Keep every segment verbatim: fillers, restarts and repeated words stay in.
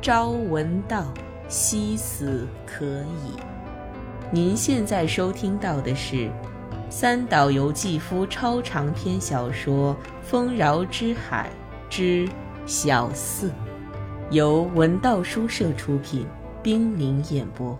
朝闻道，夕死可矣。您现在收听到的是三岛由纪夫超长篇小说《丰饶之海之小四》，由文道书社出品，冰凌演播。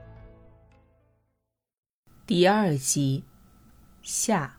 第二集下。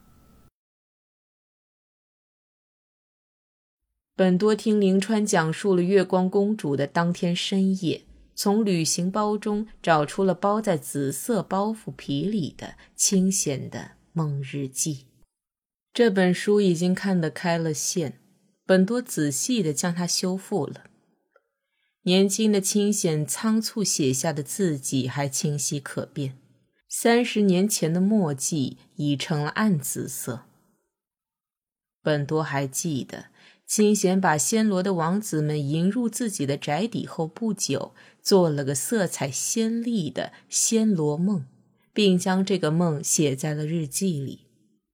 本多听灵川讲述了月光公主的当天深夜，从旅行包中找出了包在紫色包袱皮里的清闲的梦日记。这本书已经看得开了线，本多仔细地将它修复了。年轻的清闲仓促写下的字迹还清晰可辨，三十年前的墨迹已成了暗紫色。本多还记得清闲把暹罗的王子们引入自己的宅邸后不久，做了个色彩鲜丽的暹罗梦，并将这个梦写在了日记里。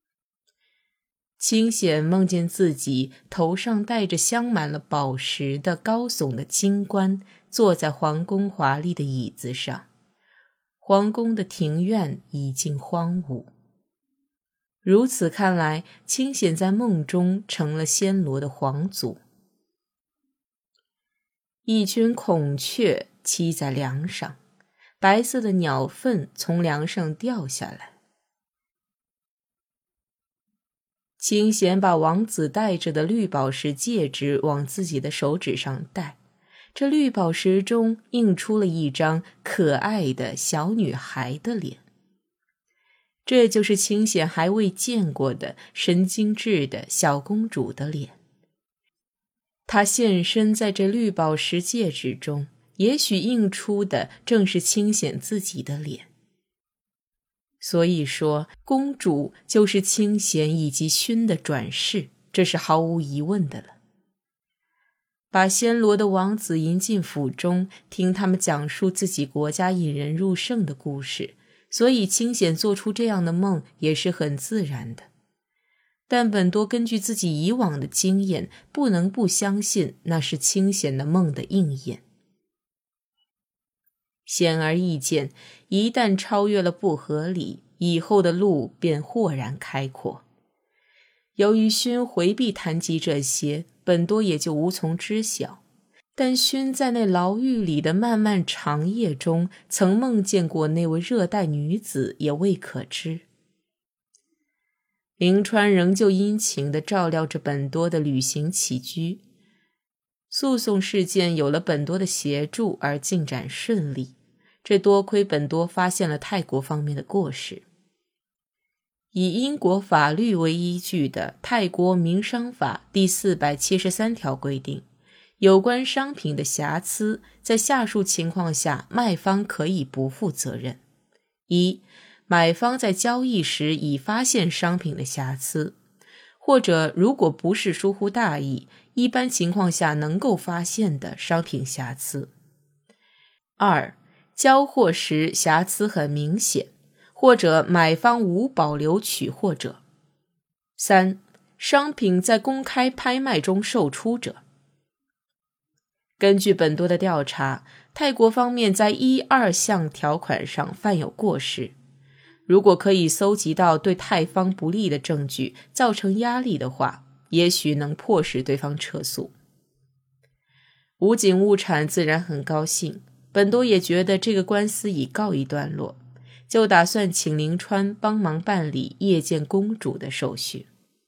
清闲梦见自己头上戴着镶满了宝石的高耸的金冠，坐在皇宫华丽的椅子上。皇宫的庭院已经荒芜。如此看来，清闲在梦中成了暹罗的皇族。一群孔雀栖在梁上，白色的鸟粪从梁上掉下来。清闲把王子戴着的绿宝石戒指往自己的手指上戴，这绿宝石中映出了一张可爱的小女孩的脸。这就是清闲还未见过的神经质的小公主的脸。她现身在这绿宝石戒指中，也许映出的正是清闲自己的脸。所以说，公主就是清闲以及勋的转世，这是毫无疑问的了。把暹罗的王子迎进府中，听他们讲述自己国家引人入胜的故事，所以清闲做出这样的梦也是很自然的。但本多根据自己以往的经验，不能不相信那是清闲的梦的应验。显而易见，一旦超越了不合理，以后的路便豁然开阔。由于勋回避谈及这些，本多也就无从知晓。但勋在那牢狱里的漫漫长夜中，曾梦见过那位热带女子，也未可知。灵川仍旧殷勤地照料着本多的旅行起居，诉讼事件有了本多的协助而进展顺利，这多亏本多发现了泰国方面的过失。以英国法律为依据的泰国民商法第四百七十三条规定，有关商品的瑕疵，在下述情况下卖方可以不负责任：一、买方在交易时已发现商品的瑕疵，或者如果不是疏忽大意，一般情况下能够发现的商品瑕疵；二、交货时瑕疵很明显，或者买方无保留取货者；三、商品在公开拍卖中售出者。根据本多的调查，泰国方面在一二项条款上犯有过失，如果可以搜集到对泰方不利的证据，造成压力的话，也许能迫使对方撤诉。武井物产自然很高兴，本多也觉得这个官司已告一段落，就打算请灵川帮忙办理夜见公主的手续。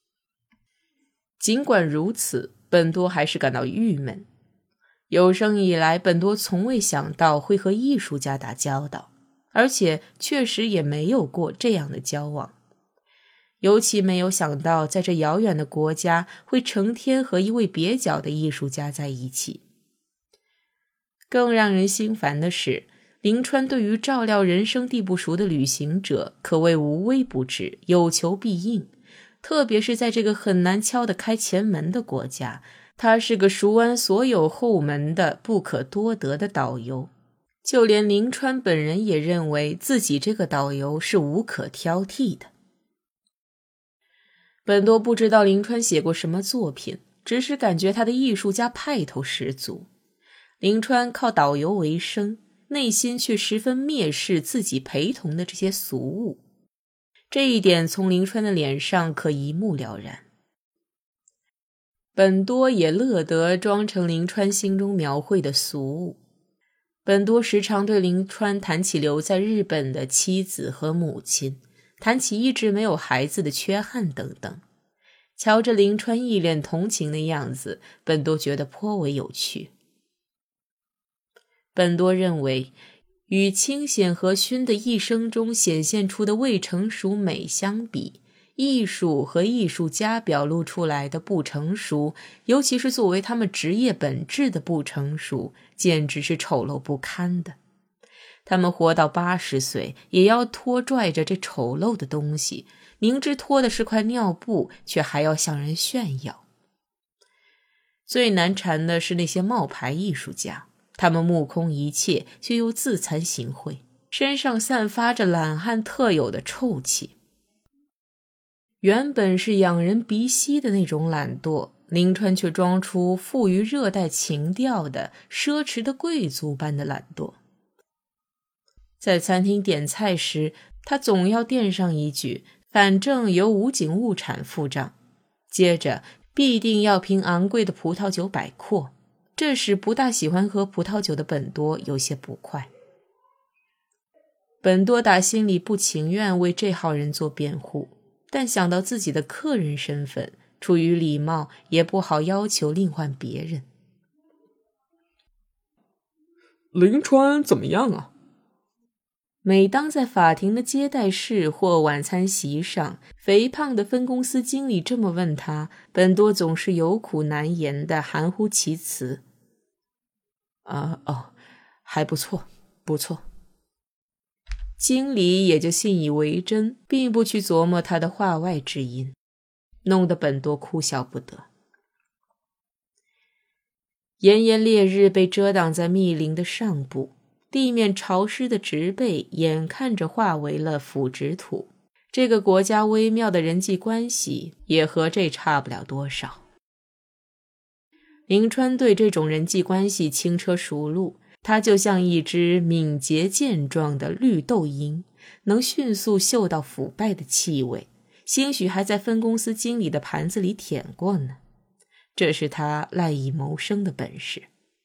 尽管如此，本多还是感到郁闷。有生以来，本多从未想到会和艺术家打交道，而且确实也没有过这样的交往。尤其没有想到在这遥远的国家会成天和一位蹩脚的艺术家在一起。更让人心烦的是，灵川对于照料人生地不熟的旅行者可谓无微不至，有求必应，特别是在这个很难敲得开前门的国家，他是个熟谙所有后门的不可多得的导游。就连灵川本人也认为自己这个导游是无可挑剔的。本多不知道灵川写过什么作品，只是感觉他的艺术家派头十足。 林川靠导游为生，内心却十分蔑视自己陪同的这些俗物。这一点从林川的脸上可一目了然。本多也乐得装成林川心中描绘的俗物。本多时常对林川谈起留在日本的妻子和母亲，谈起一直没有孩子的缺憾等等。瞧着林川一脸同情的样子，本多觉得颇为有趣。本多认为，与清显和薰的一生中显现出的未成熟美相比，艺术和艺术家表露出来的不成熟，尤其是作为他们职业本质的不成熟，简直是丑陋不堪的。他们活到八十岁，也要拖拽着这丑陋的东西，明知拖的是块尿布，却还要向人炫耀。最难缠的是那些冒牌艺术家，他们目空一切，却又自惭形秽，身上散发着懒汉特有的臭气。原本是养人鼻息的那种懒惰，林川却装出富于热带情调的奢侈的贵族般的懒惰。在餐厅点菜时，他总要垫上一句，反正由武警物产付账，接着必定要凭昂贵的葡萄酒摆阔，这使不大喜欢喝葡萄酒的本多有些不快。本多打心里不情愿为这号人做辩护，但想到自己的客人身份，出于礼貌也不好要求另换别人。 林川怎么样啊？ 每当在法庭的接待室或晚餐席上，肥胖的分公司经理这么问他，本多总是有苦难言的含糊其辞。 啊哦，还不错，不错。 经理也就信以为真，并不去琢磨他的话外之音，弄得本多哭笑不得。炎炎烈日被遮挡在密林的上部，地面潮湿的植被眼看着化为了腐殖土，这个国家微妙的人际关系也和这差不了多少。林川对这种人际关系轻车熟路，他就像一只敏捷健壮的绿豆蝇，能迅速嗅到腐败的气味，兴许还在分公司经理的盘子里舔过呢。这是他赖以谋生的本事。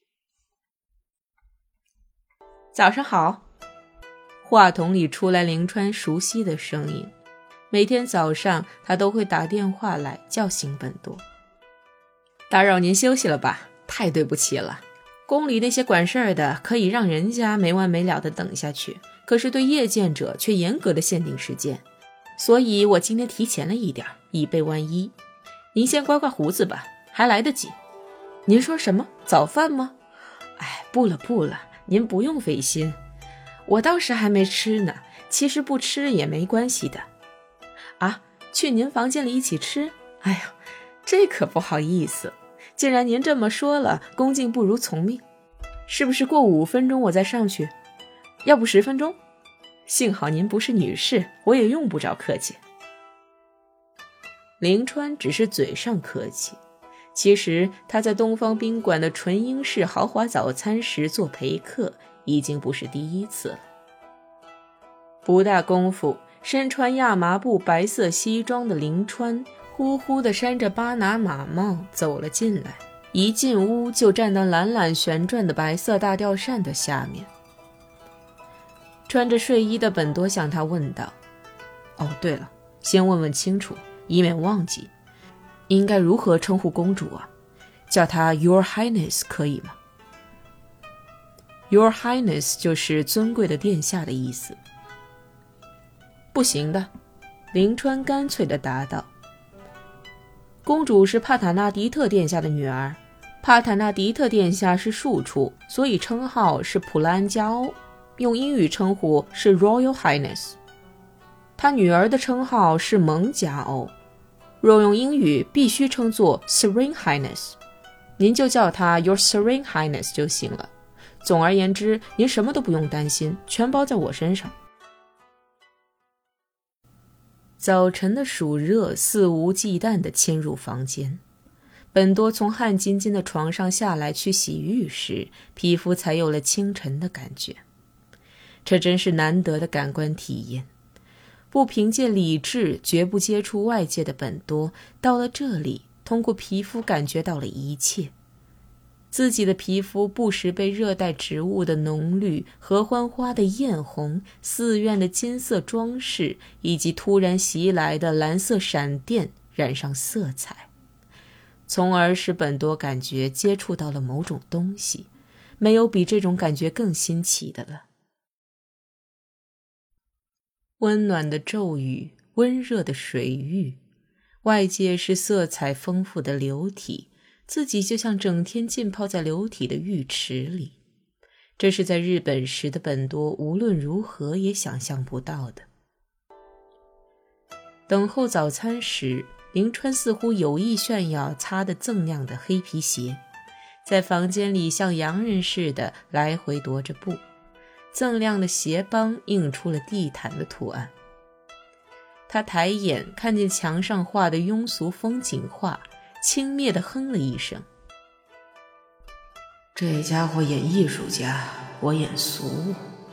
早上好，话筒里出来林川熟悉的声音。每天早上他都会打电话来叫醒本多。打扰您休息了吧，太对不起了。宫里那些管事儿的可以让人家没完没了的等下去，可是对夜见者却严格的限定时间，所以我今天提前了一点，以备万一。您先刮刮胡子吧，还来得及。您说什么？早饭吗？哎，不了不了，您不用费心，我倒是还没吃呢，其实不吃也没关系的。啊，去您房间里一起吃？哎呀，这可不好意思，既然您这么说了，恭敬不如从命。是不是过五分钟我再上去？要不十分钟？幸好您不是女士，我也用不着客气。林川只是嘴上客气，其实他在东方宾馆的纯英式豪华早餐时做陪客已经不是第一次了。不大功夫，身穿亚麻布白色西装的林川呼呼地扇着巴拿马帽走了进来，一进屋就站到懒懒旋转的白色大吊扇的下面。穿着睡衣的本多向他问道：哦，对了，先问问清楚，以免忘记，应该如何称呼公主啊？叫她 Your Highness 可以吗？ Your Highness 就是尊贵的殿下的意思。不行的，林川干脆地答道。公主是帕塔纳迪特殿下的女儿，帕塔纳迪特殿下是庶出，所以称号是普拉恩加欧，用英语称呼是 Royal Highness。 她女儿的称号是蒙加欧，若用英语必须称作 Serene Highness， 您就叫她 Your Serene Highness 就行了。总而言之，您什么都不用担心，全包在我身上。早晨的暑热肆无忌惮地侵入房间， 本多从汗津津的床上下来去洗浴时，皮肤才有了清晨的感觉。这真是难得的感官体验。不凭借理智，绝不接触外界的本多，到了这里，通过皮肤感觉到了一切。自己的皮肤不时被热带植物的浓绿、合欢花的艳红、寺院的金色装饰以及突然袭来的蓝色闪电染上色彩，从而使本多感觉接触到了某种东西，没有比这种感觉更新奇的了。温暖的骤雨，温热的水域，外界是色彩丰富的流体，自己就像整天浸泡在流体的浴池里。这是在日本时的本多无论如何也想象不到的。等候早餐时，林川似乎有意炫耀擦得锃亮的黑皮鞋，在房间里像洋人似的来回踱着步，锃亮的鞋帮映出了地毯的图案。他抬眼看见墙上画的庸俗风景画，轻蔑地哼了一声。 这家伙演艺术家，我演俗。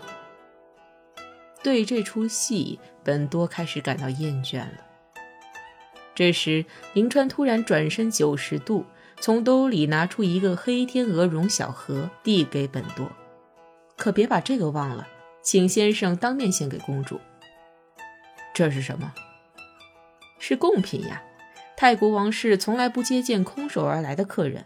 对这出戏，本多开始感到厌倦了。这时，林川突然转身九十度，从兜里拿出一个黑天鹅绒小盒，递给本多。可别把这个忘了，请先生当面献给公主。 这是什么？ 是贡品呀，泰国王室从来不接见空手而来的客人。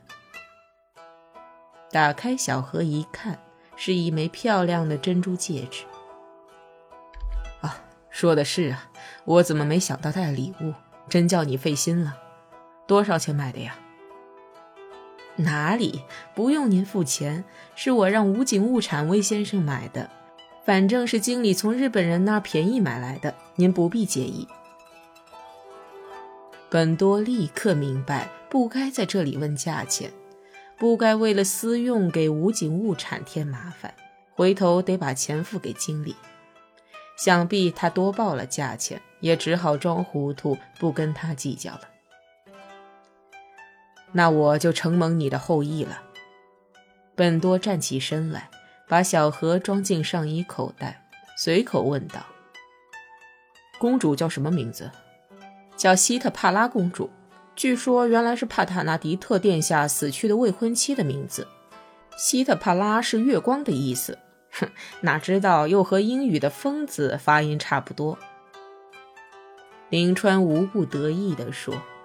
打开小盒一看，是一枚漂亮的珍珠戒指。 啊，说的是啊，我怎么没想到带礼物，真叫你费心了。多少钱买的呀？ 哪里，不用您付钱，是我让武井物产为先生买的，反正是经理从日本人那儿便宜买来的，您不必介意。本多立刻明白，不该在这里问价钱，不该为了私用给武井物产添麻烦，回头得把钱付给经理。想必他多报了价钱，也只好装糊涂，不跟他计较了。 那我就承蒙你的厚意了。 本多站起身来，把小盒装进上衣口袋，随口问道： 公主叫什么名字？ 叫希特帕拉公主，据说原来是帕塔纳迪特殿下死去的未婚妻的名字。希特帕拉是月光的意思，哼，哪知道又和英语的疯子发音差不多。林川无不得意地说。